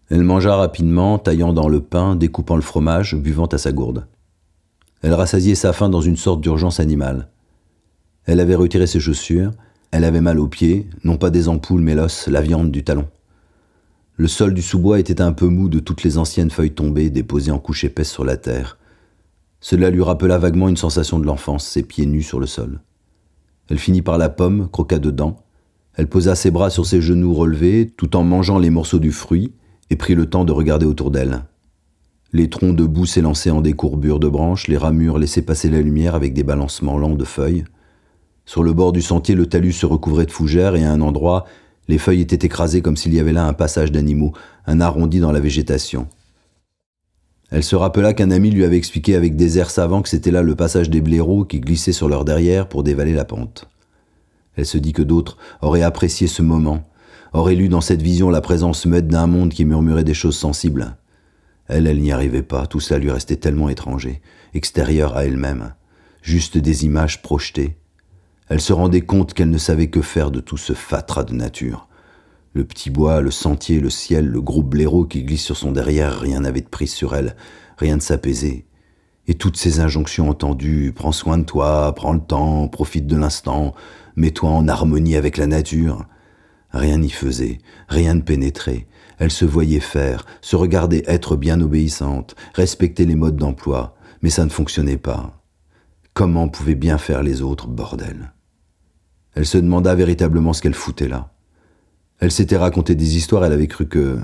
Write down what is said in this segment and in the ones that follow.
Elle mangea rapidement, taillant dans le pain, découpant le fromage, buvant à sa gourde. Elle rassasiait sa faim dans une sorte d'urgence animale. Elle avait retiré ses chaussures, elle avait mal aux pieds, non pas des ampoules mais l'os, la viande du talon. Le sol du sous-bois était un peu mou de toutes les anciennes feuilles tombées déposées en couches épaisses sur la terre. Cela lui rappela vaguement une sensation de l'enfance, ses pieds nus sur le sol. Elle finit par la pomme, croqua dedans. Elle posa ses bras sur ses genoux relevés, tout en mangeant les morceaux du fruit, et prit le temps de regarder autour d'elle. Les troncs debout s'élançaient en des courbures de branches, les ramures laissaient passer la lumière avec des balancements lents de feuilles. Sur le bord du sentier, le talus se recouvrait de fougères et à un endroit, les feuilles étaient écrasées comme s'il y avait là un passage d'animaux, un arrondi dans la végétation. Elle se rappela qu'un ami lui avait expliqué avec des airs savants que c'était là le passage des blaireaux qui glissaient sur leur derrière pour dévaler la pente. Elle se dit que d'autres auraient apprécié ce moment, auraient lu dans cette vision la présence muette d'un monde qui murmurait des choses sensibles. Elle n'y arrivait pas, tout cela lui restait tellement étranger, extérieur à elle-même, juste des images projetées. Elle se rendait compte qu'elle ne savait que faire de tout ce fatras de nature. Le petit bois, le sentier, le ciel, le gros blaireau qui glisse sur son derrière, rien n'avait de prise sur elle, rien ne s'apaisait. Et toutes ces injonctions entendues, prends soin de toi, prends le temps, profite de l'instant, mets-toi en harmonie avec la nature. Rien n'y faisait, rien ne pénétrait. Elle se voyait faire, se regardait être bien obéissante, respecter les modes d'emploi, mais ça ne fonctionnait pas. Comment pouvaient bien faire les autres, bordel? Elle se demanda véritablement ce qu'elle foutait là. Elle s'était raconté des histoires, elle avait cru que...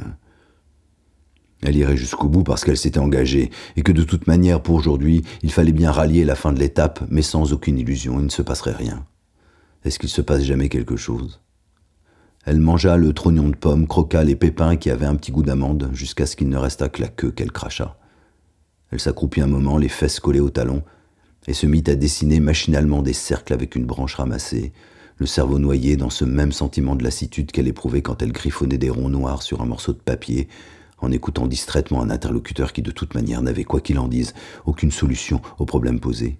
Elle irait jusqu'au bout parce qu'elle s'était engagée, et que de toute manière, pour aujourd'hui, il fallait bien rallier la fin de l'étape, mais sans aucune illusion, il ne se passerait rien. Est-ce qu'il se passe jamais quelque chose? Elle mangea le trognon de pomme, croqua les pépins qui avaient un petit goût d'amande, jusqu'à ce qu'il ne restât que la queue qu'elle cracha. Elle s'accroupit un moment, les fesses collées au talon, et se mit à dessiner machinalement des cercles avec une branche ramassée, le cerveau noyé dans ce même sentiment de lassitude qu'elle éprouvait quand elle griffonnait des ronds noirs sur un morceau de papier, en écoutant distraitement un interlocuteur qui de toute manière n'avait, quoi qu'il en dise, aucune solution au problème posé.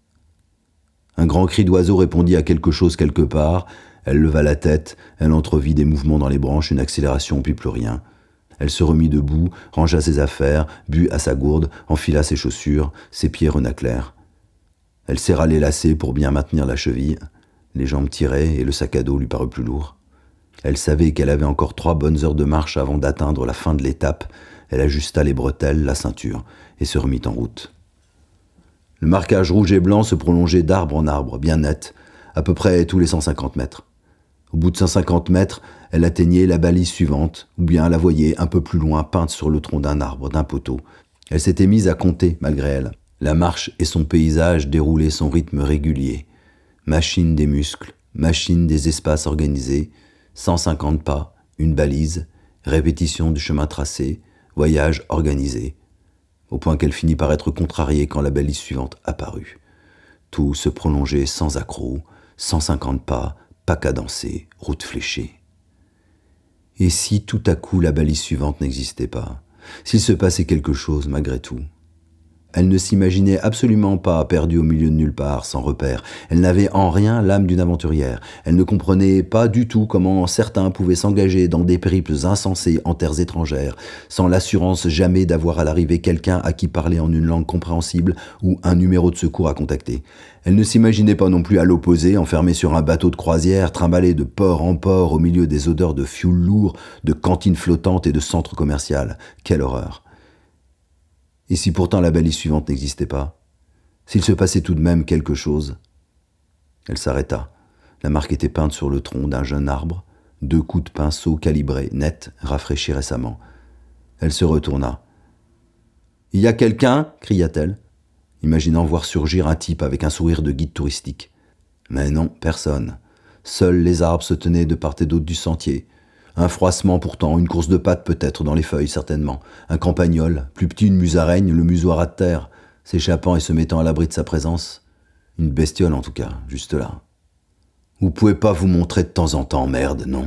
Un grand cri d'oiseau répondit à quelque chose quelque part. Elle leva la tête, elle entrevit des mouvements dans les branches, une accélération puis plus rien. Elle se remit debout, rangea ses affaires, but à sa gourde, enfila ses chaussures, ses pieds renaclèrent. Elle serra les lacets pour bien maintenir la cheville. Les jambes tiraient et le sac à dos lui parut plus lourd. Elle savait qu'elle avait encore 3 bonnes heures de marche avant d'atteindre la fin de l'étape. Elle ajusta les bretelles, la ceinture, et se remit en route. Le marquage rouge et blanc se prolongeait d'arbre en arbre, bien net, à peu près tous les 150 mètres. Au bout de 150 mètres, elle atteignait la balise suivante, ou bien la voyait un peu plus loin, peinte sur le tronc d'un arbre, d'un poteau. Elle s'était mise à compter, malgré elle. La marche et son paysage déroulaient son rythme régulier. Machine des muscles, machine des espaces organisés, 150 pas, une balise, répétition du chemin tracé, voyage organisé, au point qu'elle finit par être contrariée quand la balise suivante apparut. Tout se prolongeait sans accroc, 150 pas, pas cadencé, route fléchée. Et si tout à coup la balise suivante n'existait pas, s'il se passait quelque chose malgré tout? Elle ne s'imaginait absolument pas perdue au milieu de nulle part, sans repère. Elle n'avait en rien l'âme d'une aventurière. Elle ne comprenait pas du tout comment certains pouvaient s'engager dans des périples insensés en terres étrangères, sans l'assurance jamais d'avoir à l'arrivée quelqu'un à qui parler en une langue compréhensible ou un numéro de secours à contacter. Elle ne s'imaginait pas non plus à l'opposé, enfermée sur un bateau de croisière, trimballée de port en port au milieu des odeurs de fioul lourd, de cantines flottantes et de centres commerciaux. Quelle horreur! Et si pourtant la balise suivante n'existait pas? S'il se passait tout de même quelque chose? Elle s'arrêta. La marque était peinte sur le tronc d'un jeune arbre. 2 coups de pinceau calibrés, nets, rafraîchis récemment. Elle se retourna. « Il y a quelqu'un » cria-t-elle, imaginant voir surgir un type avec un sourire de guide touristique. Mais non, personne. Seuls les arbres se tenaient de part et d'autre du sentier. Un froissement pourtant, une course de pattes peut-être dans les feuilles certainement, un campagnol, plus petit une musaraigne, le museau à ras de terre, s'échappant et se mettant à l'abri de sa présence. Une bestiole en tout cas, juste là. Vous pouvez pas vous montrer de temps en temps, merde, non?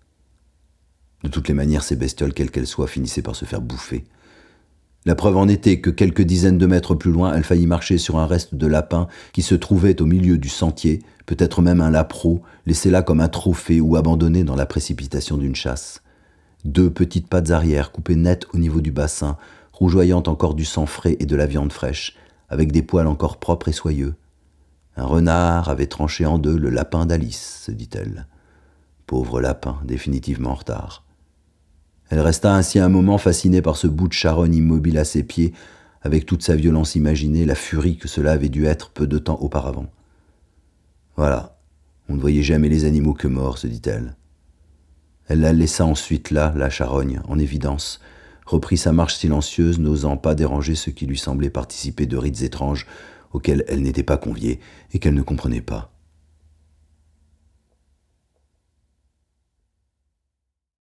De toutes les manières, ces bestioles, quelles qu'elles soient, finissaient par se faire bouffer. La preuve en était que quelques dizaines de mètres plus loin, elle faillit marcher sur un reste de lapin qui se trouvait au milieu du sentier, peut-être même un lapreau, laissé là comme un trophée ou abandonné dans la précipitation d'une chasse. 2 petites pattes arrière coupées net au niveau du bassin, rougeoyant encore du sang frais et de la viande fraîche, avec des poils encore propres et soyeux. Un renard avait tranché en 2 le lapin d'Alice, se dit-elle. Pauvre lapin, définitivement en retard. Elle resta ainsi un moment fascinée par ce bout de charogne immobile à ses pieds, avec toute sa violence imaginée, la furie que cela avait dû être peu de temps auparavant. Voilà, on ne voyait jamais les animaux que morts, se dit-elle. Elle la laissa ensuite là, la charogne, en évidence, reprit sa marche silencieuse, n'osant pas déranger ceux qui lui semblaient participer de rites étranges auxquels elle n'était pas conviée et qu'elle ne comprenait pas.